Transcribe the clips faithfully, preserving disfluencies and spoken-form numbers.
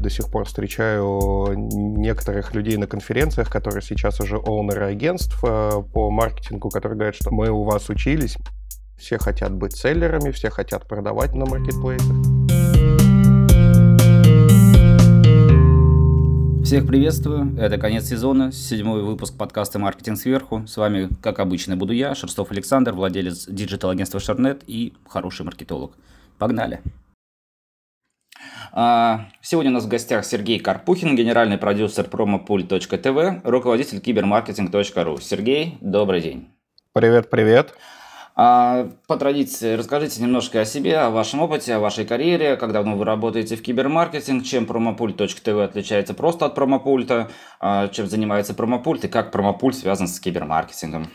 до сих пор встречаю некоторых людей на конференциях, которые сейчас уже оунеры агентств по маркетингу, которые говорят, что мы у вас учились. Все хотят быть селлерами, все хотят продавать на маркетплейсах. Всех приветствую, это конец сезона, седьмой выпуск подкаста «Маркетинг сверху». С вами, как обычно, буду я, Шерстов Александр, владелец диджитал-агентства Шарнет и хороший маркетолог. Погнали! Сегодня у нас в гостях Сергей Карпухин, генеральный продюсер промопульт точка тв, руководитель кибермаркетинг точка ру. Сергей, добрый день. Привет-привет. По традиции, расскажите немножко о себе, о вашем опыте, о вашей карьере, как давно вы работаете в кибермаркетинг, чем промопульт точка тв отличается просто от промопульта, чем занимается промопульт и как промопульт связан с кибермаркетингом.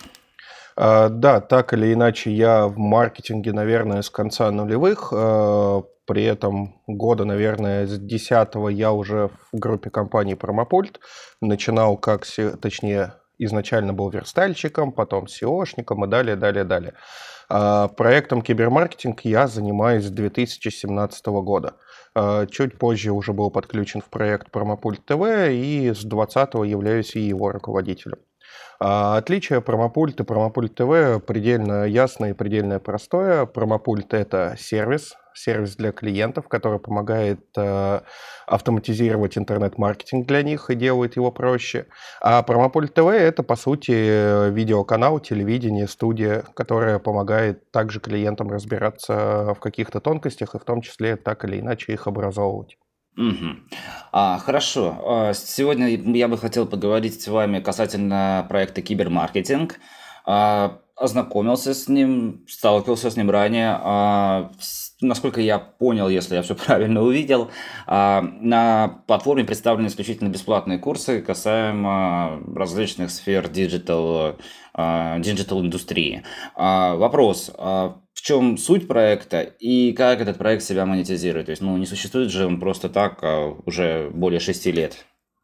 Да, так или иначе, я в маркетинге, наверное, с конца нулевых. При этом года, наверное, с десятого я уже в группе компании «Промопульт». Начинал как, точнее, изначально был верстальщиком, потом сеошником и далее, далее, далее. Проектом кибермаркетинг я занимаюсь с две тысячи семнадцатого года. Чуть позже уже был подключен в проект «Промопульт ТВ» и с двадцатого являюсь и его руководителем. Отличие промопульт и промопульт ТВ предельно ясное и предельно простое. Промопульт – это сервис, сервис для клиентов, который помогает э, автоматизировать интернет-маркетинг для них и делает его проще. А промопульт ТВ – это, по сути, видеоканал, телевидение, студия, которая помогает также клиентам разбираться в каких-то тонкостях и в том числе так или иначе их образовывать. Угу. А, хорошо. А, Сегодня я бы хотел поговорить с вами касательно проекта кибермаркетинг. А, Ознакомился с ним, сталкивался с ним ранее. А, с- Насколько я понял, если я все правильно увидел, а, на платформе представлены исключительно бесплатные курсы касаемо различных сфер диджитал, а, диджитал-индустрии. А, Вопрос. а, В чем суть проекта и как этот проект себя монетизирует? То есть, ну, не существует же он просто так а, уже более шести лет.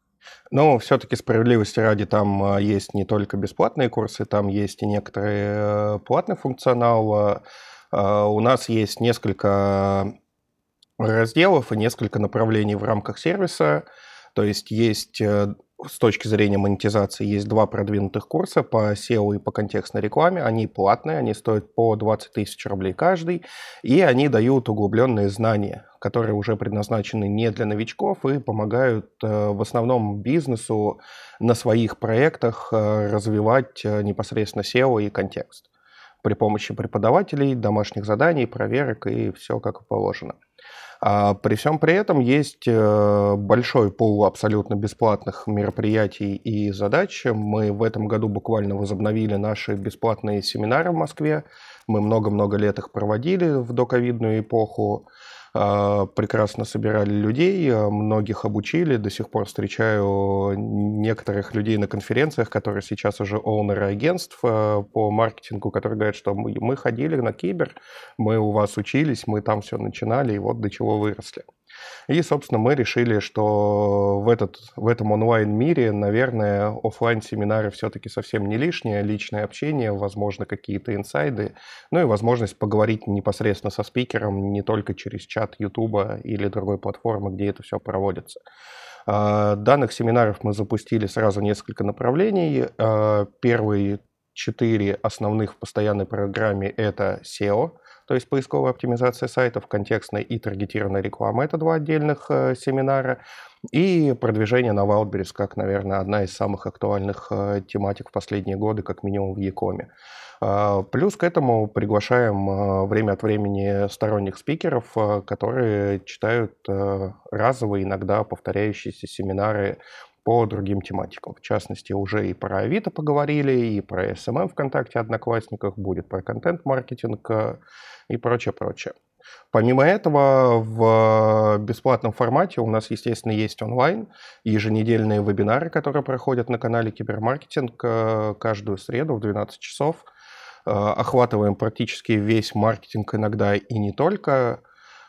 Но все-таки справедливости ради, там а, есть не только бесплатные курсы, там есть и некоторый э, платный функционал. А, а, У нас есть несколько разделов и несколько направлений в рамках сервиса. То есть есть э, с точки зрения монетизации есть два продвинутых курса по сео и по контекстной рекламе. Они платные, они стоят по двадцать тысяч рублей каждый, и они дают углубленные знания, которые уже предназначены не для новичков и помогают э, в основном бизнесу на своих проектах э, развивать э, непосредственно сео и контекст при помощи преподавателей, домашних заданий, проверок и все как положено. А при всем при этом есть э, большой пул абсолютно бесплатных мероприятий и задач. Мы в этом году буквально возобновили наши бесплатные семинары в Москве. Мы много-много лет их проводили в доковидную эпоху. А, Прекрасно собирали людей, а, многих обучили. До сих пор встречаю некоторых людей на конференциях, которые сейчас уже оунеры агентств а, по маркетингу, которые говорят, что мы, мы ходили на кибер, мы у вас учились, мы там все начинали, и вот до чего выросли. И, собственно, мы решили, что в, этот, в этом онлайн-мире, наверное, офлайн-семинары все-таки совсем не лишние, личное общение, возможно, какие-то инсайды, ну и возможность поговорить непосредственно со спикером не только через чат Ютуба или другой платформы, где это все проводится. А, Данных семинаров мы запустили сразу несколько направлений. А, Первые четыре основных в постоянной программе – это сео, то есть поисковая оптимизация сайтов, контекстная и таргетированная реклама. Это два отдельных э, семинара. И продвижение на Wildberries, как, наверное, одна из самых актуальных э, тематик в последние годы, как минимум в Якоме. А, Плюс к этому приглашаем э, время от времени сторонних спикеров, э, которые читают э, разовые, иногда повторяющиеся семинары по другим тематикам. В частности, уже и про Авито поговорили, и про эс эм эм ВКонтакте, Одноклассниках, будет про контент-маркетинг э, и прочее, прочее. Помимо этого, в бесплатном формате у нас, естественно, есть онлайн, еженедельные вебинары, которые проходят на канале Кибермаркетинг э, каждую среду в двенадцать часов. Э, Охватываем практически весь маркетинг, иногда и не только,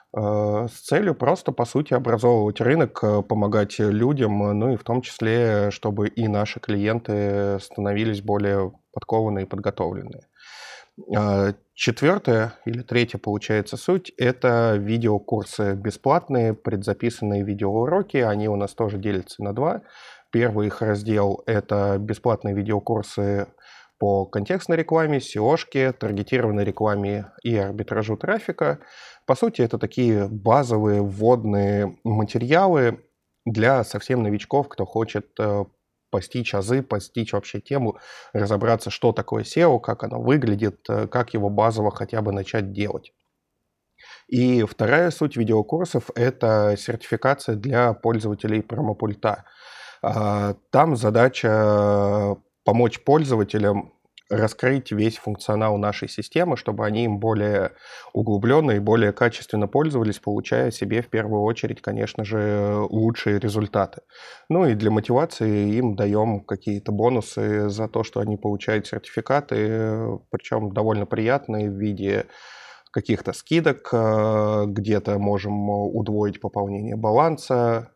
э, с целью просто, по сути, образовывать рынок, э, помогать людям, э, ну и в том числе, чтобы и наши клиенты становились более подкованные и подготовленные. А, Четвертая или третья, получается, суть — это видеокурсы бесплатные, предзаписанные видеоуроки. Они у нас тоже делятся на два. Первый их раздел — это бесплатные видеокурсы по контекстной рекламе, сеошке, таргетированной рекламе и арбитражу трафика. По сути, это такие базовые вводные материалы для совсем новичков, кто хочет э, постичь азы, постичь вообще тему, разобраться, что такое сео, как оно выглядит, э, как его базово хотя бы начать делать. И вторая суть видеокурсов — это сертификация для пользователей промопульта. А, Там задача помочь пользователям раскрыть весь функционал нашей системы, чтобы они им более углубленно и более качественно пользовались, получая себе в первую очередь, конечно же, лучшие результаты. Ну и для мотивации им даем какие-то бонусы за то, что они получают сертификаты, причем довольно приятные в виде каких-то скидок, э, где-то можем удвоить пополнение баланса,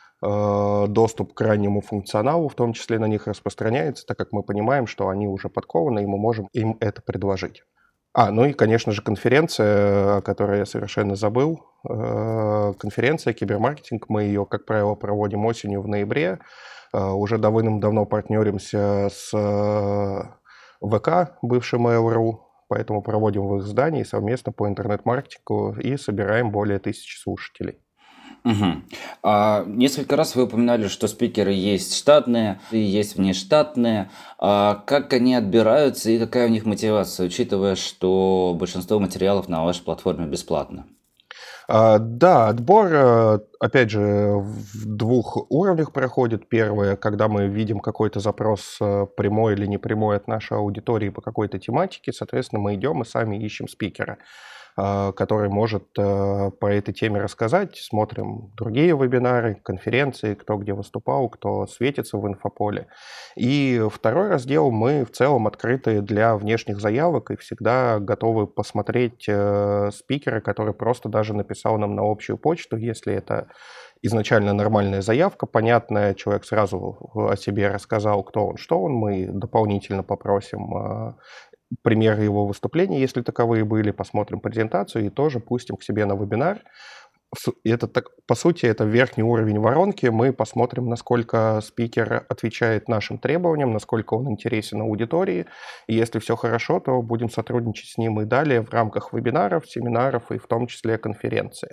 э, доступ к раннему функционалу, в том числе на них распространяется, так как мы понимаем, что они уже подкованы, и мы можем им это предложить. А, ну и, конечно же, конференция, о которой я совершенно забыл. Э, Конференция «Кибермаркетинг». Мы ее, как правило, проводим осенью в ноябре. Э, Уже давным-давно партнеримся с э, ВК, бывшим Mail.ru, поэтому проводим в их здании совместно по интернет-маркетингу и собираем более тысячи слушателей. Мгм. А, несколько раз вы упоминали, что спикеры есть штатные и есть внештатные. А как они отбираются и какая у них мотивация, учитывая, что большинство материалов на вашей платформе бесплатно? А, Да, отбор, э, опять же, в двух уровнях проходит. Первое, когда мы видим какой-то запрос э, прямой или непрямой от нашей аудитории по какой-то тематике, соответственно, мы идем и сами ищем спикера, а, который может э, по этой теме рассказать. Смотрим другие вебинары, конференции, кто где выступал, кто светится в инфополе. И второй раздел — мы в целом открыты для внешних заявок и всегда готовы посмотреть э, спикера, который просто даже написал нам на общую почту, если это изначально нормальная заявка, понятная, человек сразу о себе рассказал, кто он, что он, мы дополнительно попросим э, примеры его выступлений, если таковые были, посмотрим презентацию и тоже пустим к себе на вебинар. Су- и Это, так, по сути, это верхний уровень воронки. Мы посмотрим, насколько спикер отвечает нашим требованиям, насколько он интересен аудитории. И если все хорошо, то будем сотрудничать с ним и далее в рамках вебинаров, семинаров и в том числе конференции.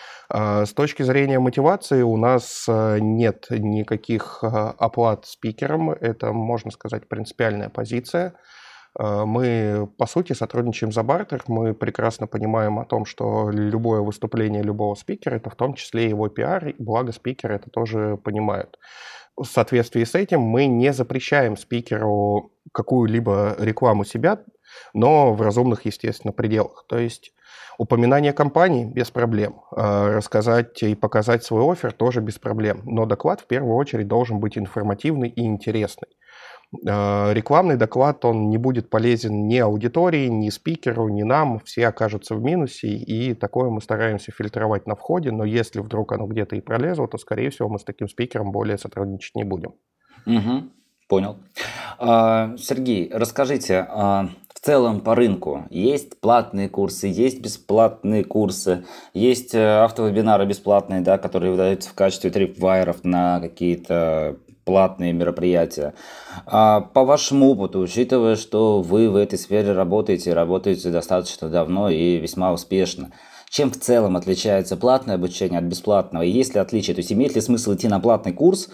А, С точки зрения мотивации у нас а, нет никаких а, оплат спикерам. Это, можно сказать, принципиальная позиция. А, Мы, по сути, сотрудничаем за бартер. Мы прекрасно понимаем о том, что любое выступление любого спикера — это в том числе его пиар, и благо спикеры это тоже понимают. В соответствии с этим мы не запрещаем спикеру какую-либо рекламу себя, но в разумных, естественно, пределах. То есть упоминание компании — без проблем. А Рассказать и показать свой оффер — тоже без проблем. Но доклад в первую очередь должен быть информативный и интересный. А, Рекламный доклад, он не будет полезен ни аудитории, ни спикеру, ни нам. Все окажутся в минусе, и такое мы стараемся фильтровать на входе. Но если вдруг оно где-то и пролезло, то, скорее всего, мы с таким спикером более сотрудничать не будем. Мгм. Понял. А, Сергей, расскажите, а, в целом по рынку есть платные курсы, есть бесплатные курсы, есть э, автовебинары бесплатные, да, которые выдаются в качестве трипвайеров на какие-то платные мероприятия. А по вашему опыту, учитывая, что вы в этой сфере работаете, работаете достаточно давно и весьма успешно, чем в целом отличается платное обучение от бесплатного? И есть ли отличие? То есть имеет ли смысл идти на платный курс,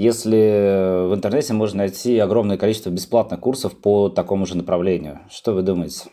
если в интернете можно найти огромное количество бесплатных курсов по такому же направлению? Что вы думаете?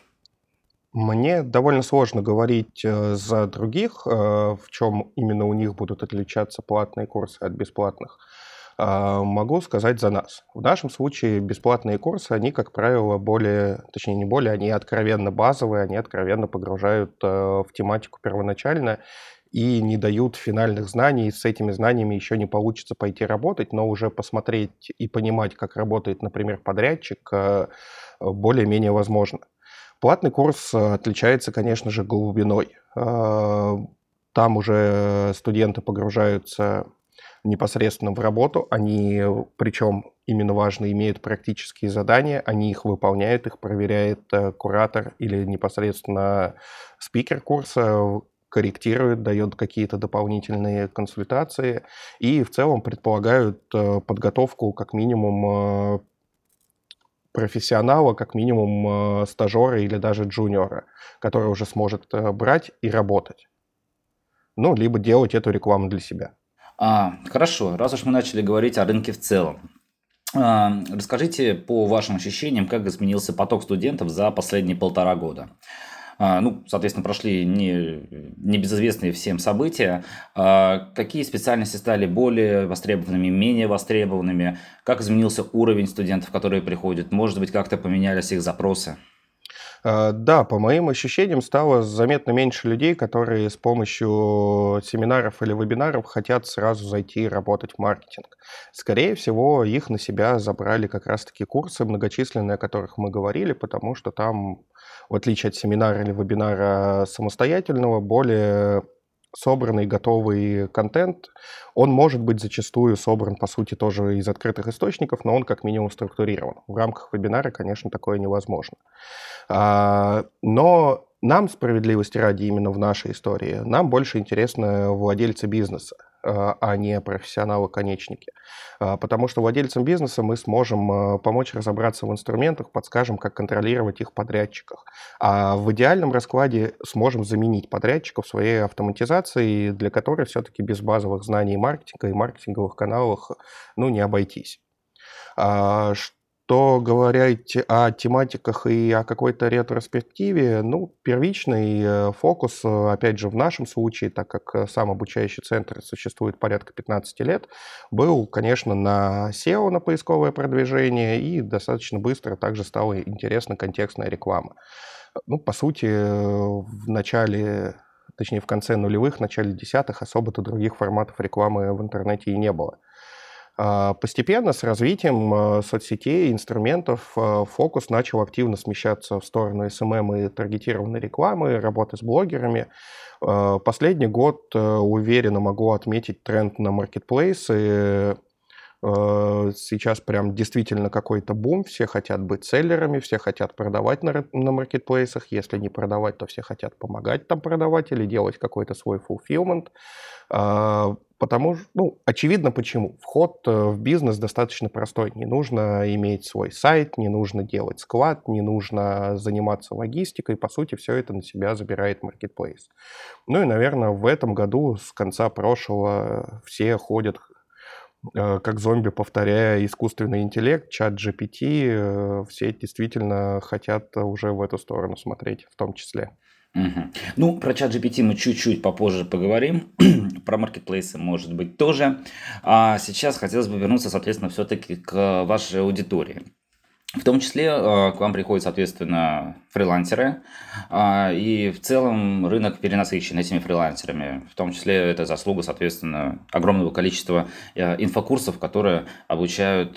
Мне довольно сложно говорить э, за других, э, в чем именно у них будут отличаться платные курсы от бесплатных. А, Могу сказать за нас. В нашем случае бесплатные курсы, они, как правило, более, точнее не более, они откровенно базовые, они откровенно погружают э, в тематику первоначально и не дают финальных знаний. С этими знаниями еще не получится пойти работать, но уже посмотреть и понимать, как работает, например, подрядчик, э, более-менее возможно. Платный курс э, отличается, конечно же, глубиной. Э, Там уже студенты погружаются непосредственно в работу. Они, причем именно важно, имеют практические задания, они их выполняют, их проверяет куратор или непосредственно спикер курса, корректирует, дает какие-то дополнительные консультации и в целом предполагают подготовку как минимум профессионала, как минимум стажера или даже джуниора, который уже сможет брать и работать. Ну, либо делать эту рекламу для себя. А, хорошо, раз уж мы начали говорить о рынке в целом. А, расскажите по вашим ощущениям, как изменился поток студентов за последние полтора года. А, ну, соответственно, прошли не, небезызвестные всем события. А, какие специальности стали более востребованными, менее востребованными? Как изменился уровень студентов, которые приходят? Может быть, как-то поменялись их запросы? Да, по моим ощущениям, стало заметно меньше людей, которые с помощью семинаров или вебинаров хотят сразу зайти и работать в маркетинг. Скорее всего, их на себя забрали как раз-таки курсы, многочисленные, о которых мы говорили, потому что там, в отличие от семинара или вебинара самостоятельного, более собранный, готовый контент, он может быть зачастую собран, по сути, тоже из открытых источников, но он как минимум структурирован. В рамках вебинара, конечно, такое невозможно. А, но нам, справедливости ради, именно в нашей истории, нам больше интересны владельцы бизнеса, а не профессионалы-конечники. Потому что владельцам бизнеса мы сможем помочь разобраться в инструментах, подскажем, как контролировать их подрядчиков. А в идеальном раскладе сможем заменить подрядчиков своей автоматизацией, для которой все-таки без базовых знаний маркетинга и маркетинговых каналов ну, не обойтись. А, Что говорить о тематиках и о какой-то ретроспективе, ну, первичный фокус, опять же, в нашем случае, так как сам обучающий центр существует порядка пятнадцать лет, был, конечно, на сео, на поисковое продвижение, и достаточно быстро также стала интересна контекстная реклама. Ну, по сути, в начале, точнее, в конце нулевых, начале десятых особо-то других форматов рекламы в интернете и не было. Постепенно с развитием соцсетей, инструментов, фокус начал активно смещаться в сторону эс эм эм и таргетированной рекламы, работы с блогерами. Последний год уверенно могу отметить тренд на маркетплейсы. Сейчас прям действительно какой-то бум, все хотят быть селлерами, все хотят продавать на, на маркетплейсах, если не продавать, то все хотят помогать там продавать или делать какой-то свой fulfillment. Потому что, ну, очевидно почему. Вход в бизнес достаточно простой. Не нужно иметь свой сайт, не нужно делать склад, не нужно заниматься логистикой. По сути, все это на себя забирает маркетплейс. Ну и, наверное, в этом году с конца прошлого все ходят как зомби, повторяя искусственный интеллект, чат джи пи ти. Все действительно хотят уже в эту сторону смотреть в том числе. Угу. Ну, про чат джи пи ти мы чуть-чуть попозже поговорим, про маркетплейсы, может быть, тоже. А сейчас хотелось бы вернуться, соответственно, все-таки к вашей аудитории. В том числе к вам приходят, соответственно, фрилансеры, и в целом рынок перенасыщен этими фрилансерами. В том числе это заслуга, соответственно, огромного количества инфокурсов, которые обучают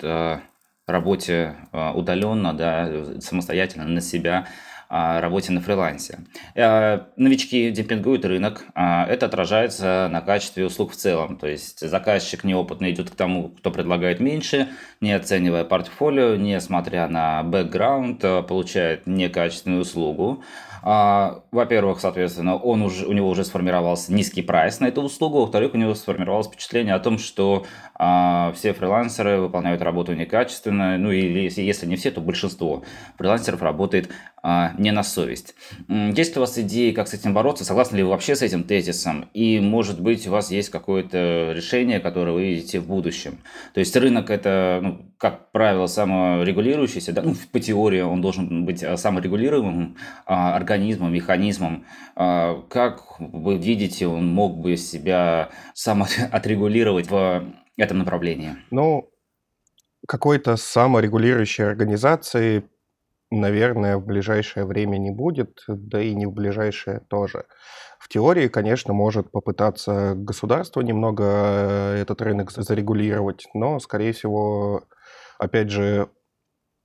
работе удаленно, да, самостоятельно, на себя, работе на фрилансе. Новички демпингуют рынок, это отражается на качестве услуг в целом. То есть заказчик неопытный идет к тому, кто предлагает меньше, не оценивая портфолио, не смотря на бэкграунд, получает некачественную услугу. Во-первых, соответственно, он уже, у него уже сформировался низкий прайс на эту услугу, во-вторых, у него сформировалось впечатление о том, что а, все фрилансеры выполняют работу некачественно, ну или если, если не все, то большинство фрилансеров работает а, не на совесть. Есть ли у вас идеи, как с этим бороться? Согласны ли вы вообще с этим тезисом? И, может быть, у вас есть какое-то решение, которое вы видите в будущем? То есть рынок это, ну, как правило, саморегулирующийся, да? Ну, по теории он должен быть саморегулируемым а, организмом, механизмом. А, как вы видите, он мог бы себя самоотрегулировать в этом направлении? Ну, какой-то саморегулирующей организации, наверное, в ближайшее время не будет, да и не в ближайшее тоже. В теории, конечно, может попытаться государство немного этот рынок зарегулировать, но, скорее всего, опять же,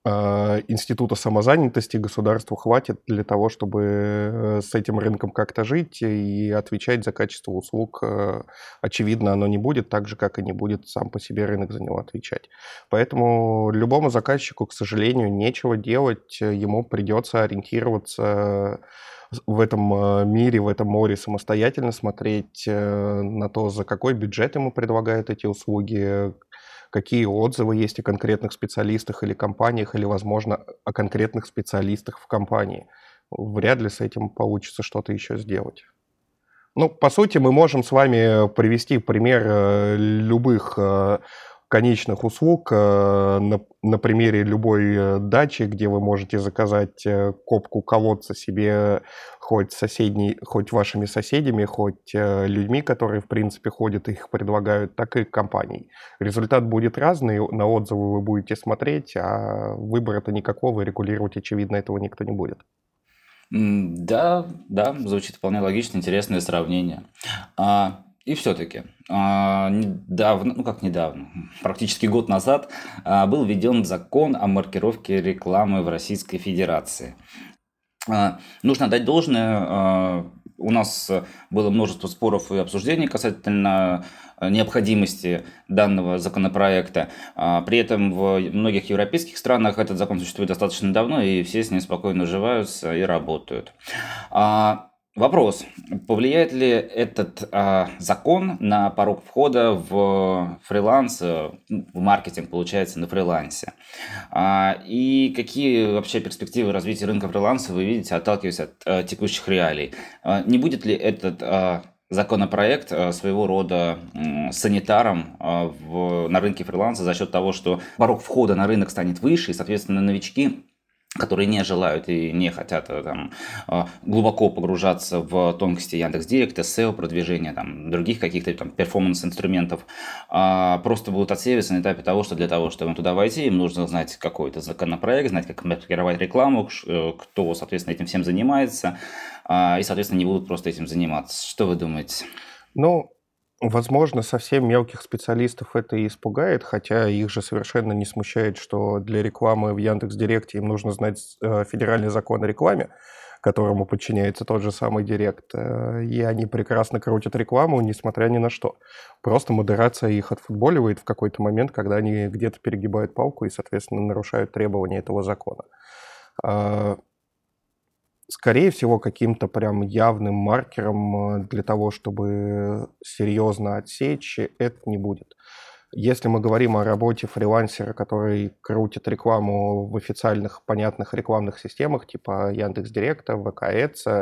э, института самозанятости государству хватит для того, чтобы э, с этим рынком как-то жить и отвечать за качество услуг. Э, очевидно, оно не будет так же, как и не будет сам по себе рынок за него отвечать. Поэтому любому заказчику, к сожалению, нечего делать. Ему придется ориентироваться в этом э, мире, в этом море самостоятельно, смотреть э, на то, за какой бюджет ему предлагают эти услуги, какие отзывы есть о конкретных специалистах или компаниях, или, возможно, о конкретных специалистах в компании. Вряд ли с этим получится что-то еще сделать. Ну, по сути, мы можем с вами привести пример э, любых э, конечных услуг э, на, на примере любой э, дачи, где вы можете заказать э, копку колодца себе хоть соседней, хоть вашими соседями, хоть э, людьми, которые, в принципе, ходят и их предлагают, так и компанией. Результат будет разный, на отзывы вы будете смотреть, а выбора-то никакого, и регулировать, очевидно, этого никто не будет. М, Да, да, звучит вполне логично, интересное сравнение. А, и все-таки, недавно, ну как недавно, практически год назад, а, был введен закон о маркировке рекламы в Российской Федерации. А, Нужно отдать должное, а, у нас э, было множество споров и обсуждений касательно э, необходимости данного законопроекта. А, При этом в многих европейских странах этот закон существует достаточно давно, и все с ним спокойно уживаются и работают. А, Вопрос, повлияет ли этот а, закон на порог входа в фриланс, э, ну, в маркетинг, получается, на фрилансе? А, И какие вообще перспективы развития рынка фриланса вы видите, отталкиваясь от э, текущих реалий? А, Не будет ли этот а, законопроект а, своего рода м, санитаром а, в- на рынке фриланса за счет того, что порог входа на рынок станет выше, и, соответственно, новички, которые не желают и не хотят э, там, э, глубоко погружаться в тонкости Яндекс.Директа, сео, продвижения, там, других каких-то там перформанс-инструментов, а, просто будут отсеиваться на этапе того, что для того, чтобы туда войти, им нужно знать какой-то законопроект, знать, как маркировать рекламу, ш- э, кто, соответственно, этим всем занимается, а, и, соответственно, не будут просто этим заниматься. Что вы думаете? Ну, возможно, совсем мелких специалистов это и испугает, хотя их же совершенно не смущает, что для рекламы в Яндекс.Директе им нужно знать э, федеральный закон о рекламе, которому подчиняется тот же самый Директ, э, и они прекрасно крутят рекламу, несмотря ни на что. Просто модерация их отфутболивает в какой-то момент, когда они где-то перегибают палку и, соответственно, нарушают требования этого закона. А, Скорее всего, каким-то прям явным маркером э, для того, чтобы серьезно отсечь, это не будет. Если мы говорим о работе фрилансера, который крутит рекламу в официальных, понятных рекламных системах, типа Яндекс.Директа, вэ ка Эдса,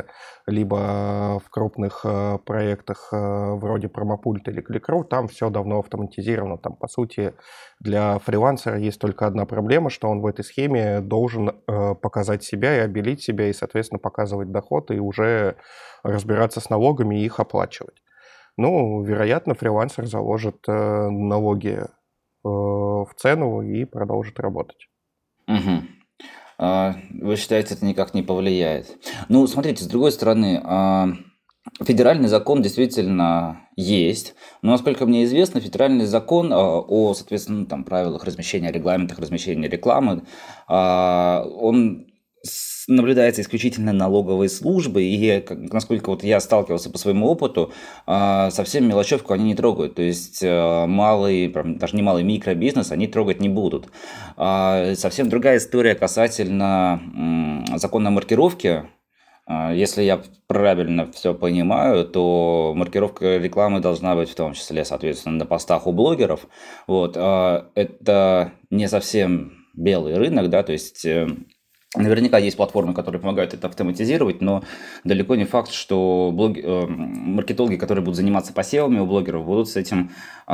либо в крупных э, проектах э, вроде Промопульта или Кликру, там все давно автоматизировано. Там, по сути, для фрилансера есть только одна проблема, что он в этой схеме должен э, показать себя и обелить себя, и, соответственно, показывать доход, и уже разбираться с налогами и их оплачивать. Ну, вероятно, фрилансер заложит э, налоги э, в цену и продолжит работать. Мгм. А, Вы считаете, это никак не повлияет? Ну, смотрите, с другой стороны, а, федеральный закон действительно есть, но, насколько мне известно, федеральный закон а, о, соответственно, ну, там, правилах размещения, регламентах размещения рекламы, а, он с- наблюдается исключительно налоговой службой, и, как- насколько вот я сталкивался по своему опыту, а, совсем мелочевку они не трогают, то есть а, малый, прям даже не малый микробизнес они трогать не будут. А, Совсем другая история касательно м, закона о маркировке. А, Если я правильно все понимаю, то маркировка рекламы должна быть в том числе, соответственно, на постах у блогеров. Вот, а, это не совсем белый рынок, да, то есть э, наверняка есть платформы, которые помогают это автоматизировать, но далеко не факт, что блог- э, маркетологи, которые будут заниматься посевами у блогеров, будут с этим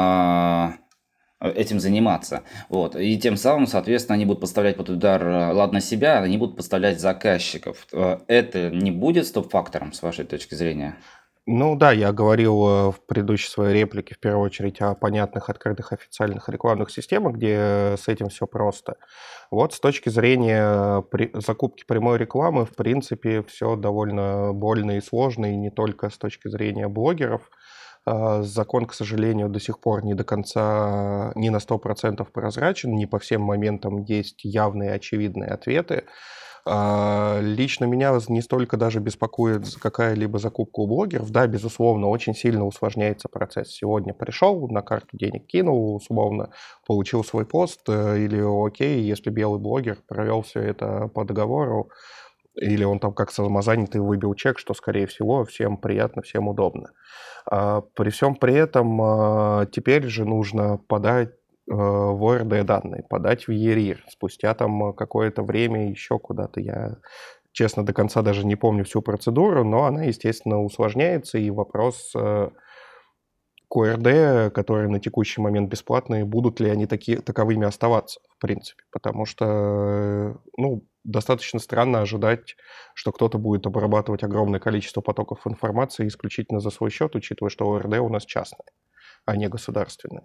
а, э, этим заниматься. Вот. И тем самым, соответственно, они будут подставлять под удар, э, ладно, себя, они будут подставлять заказчиков. Э, Это не будет стоп-фактором, с вашей точки зрения? Ну да, я говорил э, в предыдущей своей реплике в первую очередь о понятных, открытых, официальных рекламных системах, где с этим все просто. Вот с точки зрения при- закупки прямой рекламы, в принципе, все довольно больно и сложно, и не только с точки зрения блогеров. Закон, к сожалению, до сих пор не до конца, не на сто процентов прозрачен, не по всем моментам есть явные очевидные ответы. Лично меня не столько даже беспокоит какая-либо закупка у блогеров. Да, безусловно, очень сильно усложняется процесс. Сегодня пришел, на карту денег кинул, условно, получил свой пост, или окей, если белый блогер провел все это по договору, или он там как самозанятый выбил чек, что, скорее всего, всем приятно, всем удобно. При всем при этом теперь же нужно подать в о эр дэ данные, подать в е эр и эр. Спустя там какое-то время еще куда-то. Я, честно, до конца даже не помню всю процедуру, но она, естественно, усложняется, и вопрос к о эр дэ, которые на текущий момент бесплатные, будут ли они таки, таковыми оставаться, в принципе. Потому что, ну, достаточно странно ожидать, что кто-то будет обрабатывать огромное количество потоков информации исключительно за свой счет, учитывая, что о эр дэ у нас частные, а не государственные.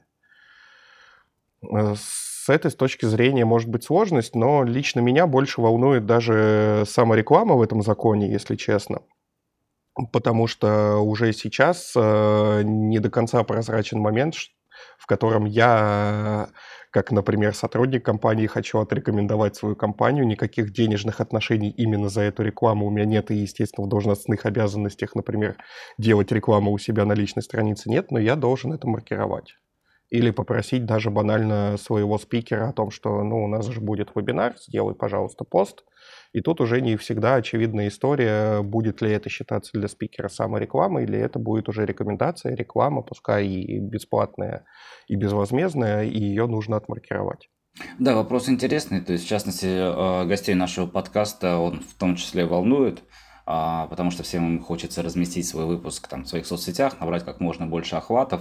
С этой с точки зрения может быть сложность, но лично меня больше волнует даже самореклама в этом законе, если честно. Потому что уже сейчас не до конца прозрачен момент, в котором я, как, например, сотрудник компании, хочу отрекомендовать свою компанию. Никаких денежных отношений именно за эту рекламу у меня нет, и, естественно, в должностных обязанностях, например, делать рекламу у себя на личной странице нет, но я должен это маркировать. Или попросить даже банально своего спикера о том, что, ну, у нас же будет вебинар, сделай, пожалуйста, пост. И тут уже не всегда очевидная история, будет ли это считаться для спикера саморекламой, или это будет уже рекомендация, реклама, пускай и бесплатная, и безвозмездная, и ее нужно отмаркировать. Да, вопрос интересный. То есть, в частности, гостей нашего подкаста он в том числе волнует, потому что всем им хочется разместить свой выпуск там, в своих соцсетях, набрать как можно больше охватов,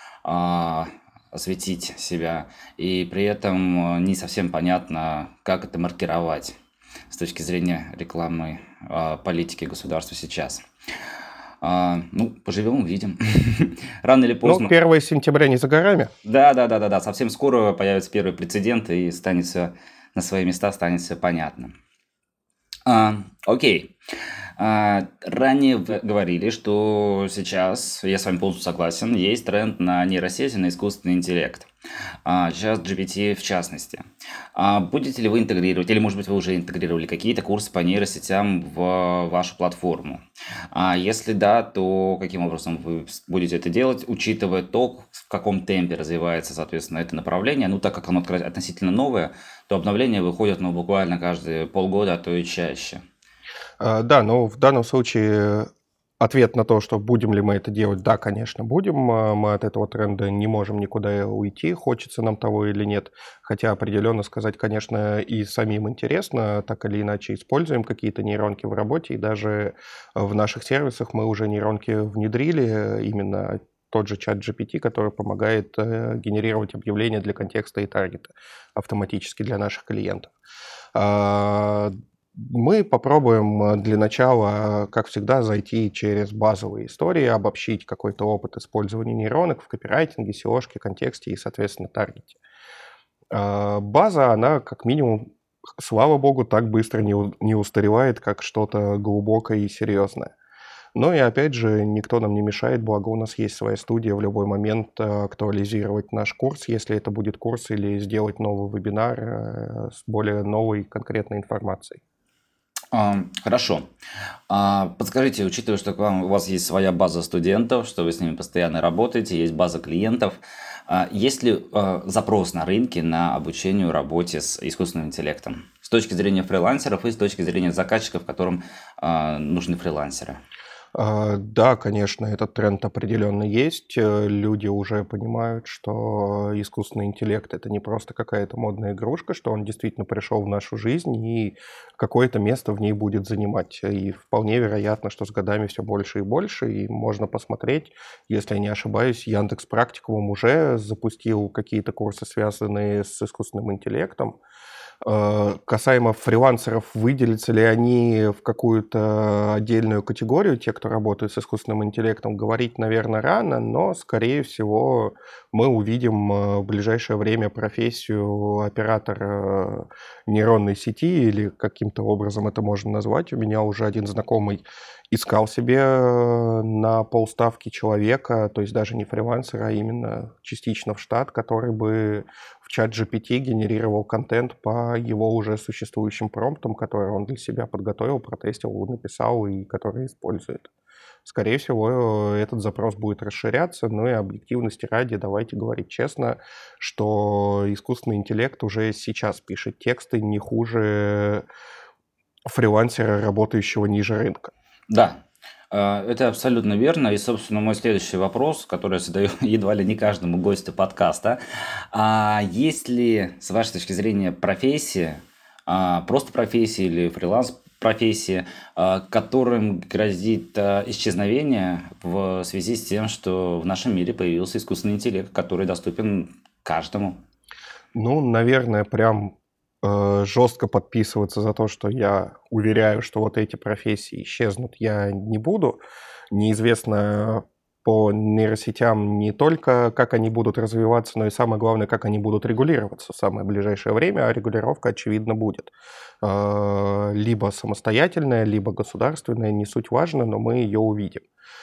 осветить себя, и при этом не совсем понятно, как это маркировать с точки зрения рекламной э, политики государства сейчас. А, ну, поживем, увидим. Рано или поздно. Ну, первое сентября не за горами. Да, да, да, да, да. Совсем скоро появятся первые прецеденты, и станет все на свои места, станет все понятно. А, окей. А, ранее вы говорили, что сейчас, я с вами полностью согласен, есть тренд на нейросети, на искусственный интеллект. А, сейчас джи пи ти в частности. А, будете ли вы интегрировать, или, может быть, вы уже интегрировали какие-то курсы по нейросетям в вашу платформу? А если да, то каким образом вы будете это делать, учитывая то, в каком темпе развивается, соответственно, это направление? Ну, так как оно относительно новое, то обновления выходят, ну, буквально каждые полгода, а то и чаще. Да, но в данном случае ответ на то, что будем ли мы это делать, да, конечно, будем. Мы от этого тренда не можем никуда уйти, хочется нам того или нет. Хотя определенно сказать, конечно, и самим интересно, так или иначе используем какие-то нейронки в работе, и даже в наших сервисах мы уже нейронки внедрили, именно тот же чат джи пи ти, который помогает генерировать объявления для контекста и таргета автоматически для наших клиентов. Мы попробуем для начала, как всегда, зайти через базовые истории, обобщить какой-то опыт использования нейронок в копирайтинге, сеошке, контексте и, соответственно, таргете. База, она как минимум, слава богу, так быстро не устаревает, как что-то глубокое и серьезное. Но и опять же, никто нам не мешает, благо у нас есть своя студия, в любой момент актуализировать наш курс, если это будет курс, или сделать новый вебинар с более новой конкретной информацией. Хорошо. Подскажите, учитывая, что к вам, у вас есть своя база студентов, что вы с ними постоянно работаете, есть база клиентов, есть ли запрос на рынке на обучение работе с искусственным интеллектом с точки зрения фрилансеров и с точки зрения заказчиков, которым нужны фрилансеры? Да, конечно, этот тренд определенно есть. Люди уже понимают, что искусственный интеллект — это не просто какая-то модная игрушка, что он действительно пришел в нашу жизнь и какое-то место в ней будет занимать. И вполне вероятно, что с годами все больше и больше. И можно посмотреть, если я не ошибаюсь, Яндекс.Практикум уже запустил какие-то курсы, связанные с искусственным интеллектом. Касаемо фрилансеров, выделятся ли они в какую-то отдельную категорию, те, кто работает с искусственным интеллектом, говорить, наверное, рано, но, скорее всего, мы увидим в ближайшее время профессию оператора нейронной сети, или каким-то образом это можно назвать. У меня уже один знакомый искал себе э, на полставки человека, то есть даже не фрилансера, а именно частично в штат, который бы в чат джи пи ти генерировал контент по его уже существующим промптам, которые он для себя подготовил, протестил, написал и которые использует. Скорее всего, э, этот запрос будет расширяться, но и объективности ради, давайте говорить честно, что искусственный интеллект уже сейчас пишет тексты не хуже фрилансера, работающего ниже рынка. Да, а, это абсолютно верно. И, собственно, мой следующий вопрос, который я задаю едва ли не каждому гостю подкаста. А есть ли, с вашей точки зрения, профессии, а, просто профессии или фриланс-профессии, а, которым грозит а, исчезновение в связи с тем, что в нашем мире появился искусственный интеллект, который доступен каждому? Ну, наверное, прям э, жестко подписываться за то, что я уверяю, что вот эти профессии исчезнут, я не буду. Неизвестно по нейросетям не только, как они будут развиваться, но и самое главное, как они будут регулироваться в самое ближайшее время, а регулировка, очевидно, будет. Э, Либо самостоятельная, либо государственная, не суть важно, но мы ее увидим.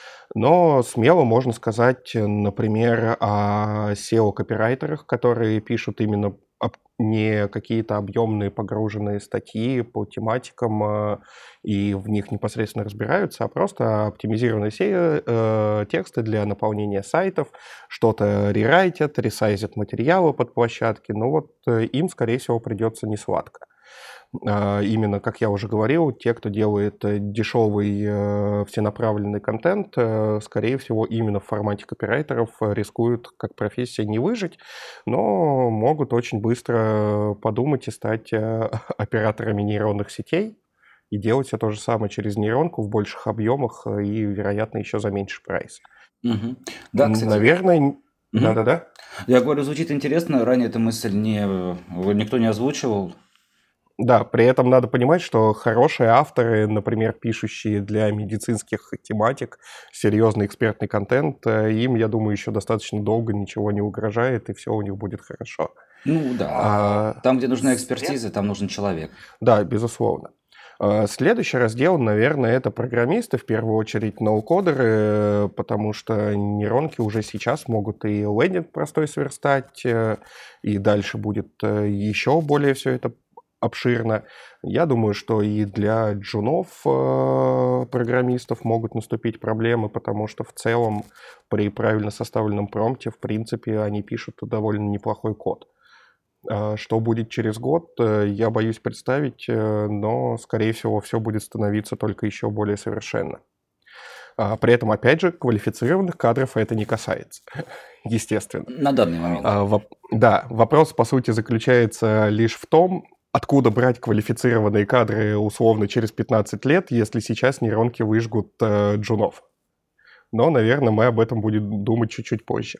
Но смело можно сказать, например, о сео-копирайтерах, которые пишут именно об- не какие-то объемные погруженные статьи по тематикам э, и в них непосредственно разбираются, а просто оптимизированные се- э, тексты для наполнения сайтов, что-то рерайтят, ресайзят материалы под площадки. Ну вот э, им, скорее всего, придется несладко. А, Именно, как я уже говорил, те, кто делает э, дешевый э, всенаправленный контент, э, скорее всего, именно в формате копирайтеров э, рискуют как профессия не выжить, но могут очень быстро подумать и стать э, операторами нейронных сетей и делать все то же самое через нейронку в больших объемах э, и, вероятно, еще за меньший прайс. Мгм. Да, кстати. Наверное, н- Мгм. да-да-да. Я говорю, звучит интересно. Ранее эта мысль не, э, никто не озвучивал. Да, при этом надо понимать, что хорошие авторы, например, пишущие для медицинских тематик серьезный экспертный контент, э, им, я думаю, еще достаточно долго ничего не угрожает, и все у них будет хорошо. Ну да, А, там, где нужна след- экспертиза, там нужен человек. Да, безусловно. А, Следующий раздел, наверное, это программисты, в первую очередь ноу-кодеры, э, потому что нейронки уже сейчас могут и лендинг простой сверстать, э, и дальше будет э, еще более все это обширно. Я думаю, что и для джунов э, программистов могут наступить проблемы, потому что в целом при правильно составленном промпте, в принципе, они пишут довольно неплохой код. А Что будет через год, э, я боюсь представить, э, но, скорее всего, все будет становиться только еще более совершенно. А При этом, опять же, квалифицированных кадров это не касается, естественно. На данный момент. А, воп- Да, вопрос, по сути, заключается лишь в том, откуда брать квалифицированные кадры условно через пятнадцать лет, если сейчас нейронки выжгут э, джунов. Но, наверное, мы об этом будем думать чуть-чуть позже.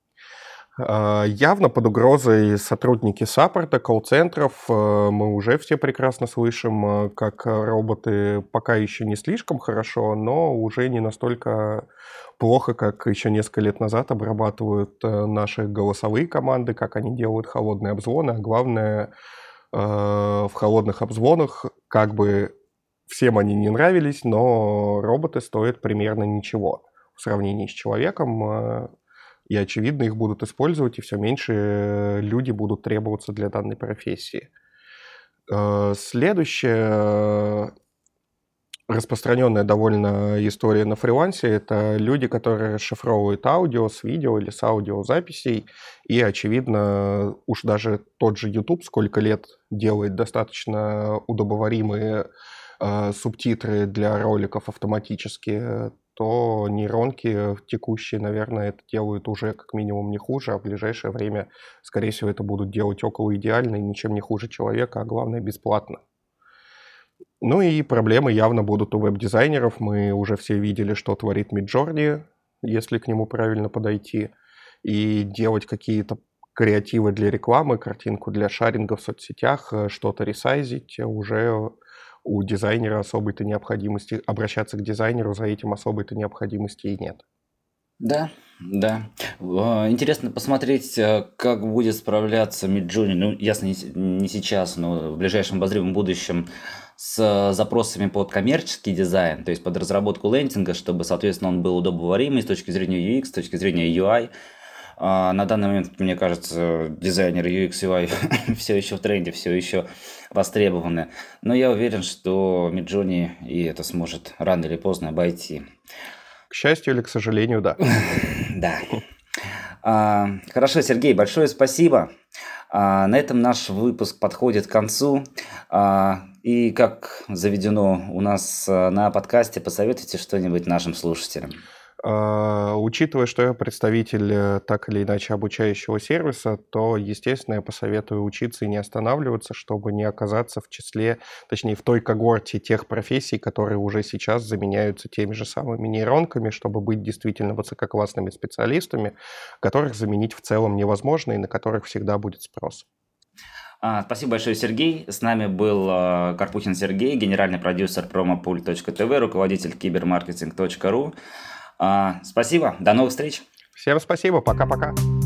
А, Явно под угрозой сотрудники саппорта, колл-центров. Э, Мы уже все прекрасно слышим, э, как роботы пока еще не слишком хорошо, но уже не настолько плохо, как еще несколько лет назад обрабатывают э, наши голосовые команды, как они делают холодные обзвоны. А главное, э, в холодных обзвонах, как бы всем они не нравились, но роботы стоят примерно ничего в сравнении с человеком. э, И, очевидно, их будут использовать, и все меньше э, люди будут требоваться для данной профессии. Э, Следующая э, распространенная довольно история на фрилансе — это люди, которые расшифровывают аудио с видео или с аудиозаписей, и, очевидно, уж даже тот же YouTube сколько лет делает достаточно удобоваримые э, субтитры для роликов автоматически, то нейронки текущие, наверное, это делают уже как минимум не хуже, а в ближайшее время, скорее всего, это будут делать около идеально и ничем не хуже человека, а главное, бесплатно. Ну и проблемы явно будут у веб-дизайнеров. Мы уже все видели, что творит Midjourney, если к нему правильно подойти, и делать какие-то креативы для рекламы, картинку для шаринга в соцсетях, э, что-то ресайзить, э, уже у дизайнера особой-то необходимости, обращаться к дизайнеру за этим особой-то необходимости и нет. Да, да. А, Интересно посмотреть, а, как будет справляться Midjourney, ну, ясно, не с- не сейчас, но в ближайшем обозримом будущем с запросами под коммерческий дизайн, то есть под разработку лендинга, чтобы, соответственно, он был удобоваримый с точки зрения ю экс, с точки зрения ю ай. А, на данный момент, мне кажется, дизайнеры ю экс, ю ай все еще в тренде, все еще востребованы. Но я уверен, что Midjourney и это сможет рано или поздно обойти. К счастью или к сожалению, да. Да. А, хорошо, Сергей, большое спасибо. А, на этом наш выпуск подходит к концу. А, и как заведено у нас а, на подкасте, посоветуйте что-нибудь нашим слушателям. А, Учитывая, что я представитель э, так или иначе обучающего сервиса, то, естественно, я посоветую учиться и не останавливаться, чтобы не оказаться в числе, точнее, в той когорте тех профессий, которые уже сейчас заменяются теми же самыми нейронками, чтобы быть действительно высококлассными специалистами, которых заменить в целом невозможно и на которых всегда будет спрос. А, Спасибо большое, Сергей. С нами был а, Карпухин Сергей, генеральный продюсер промопуль точка тэ вэ, руководитель кибермаркетинг точка ру. А, Спасибо, до новых встреч. Всем спасибо, пока-пока.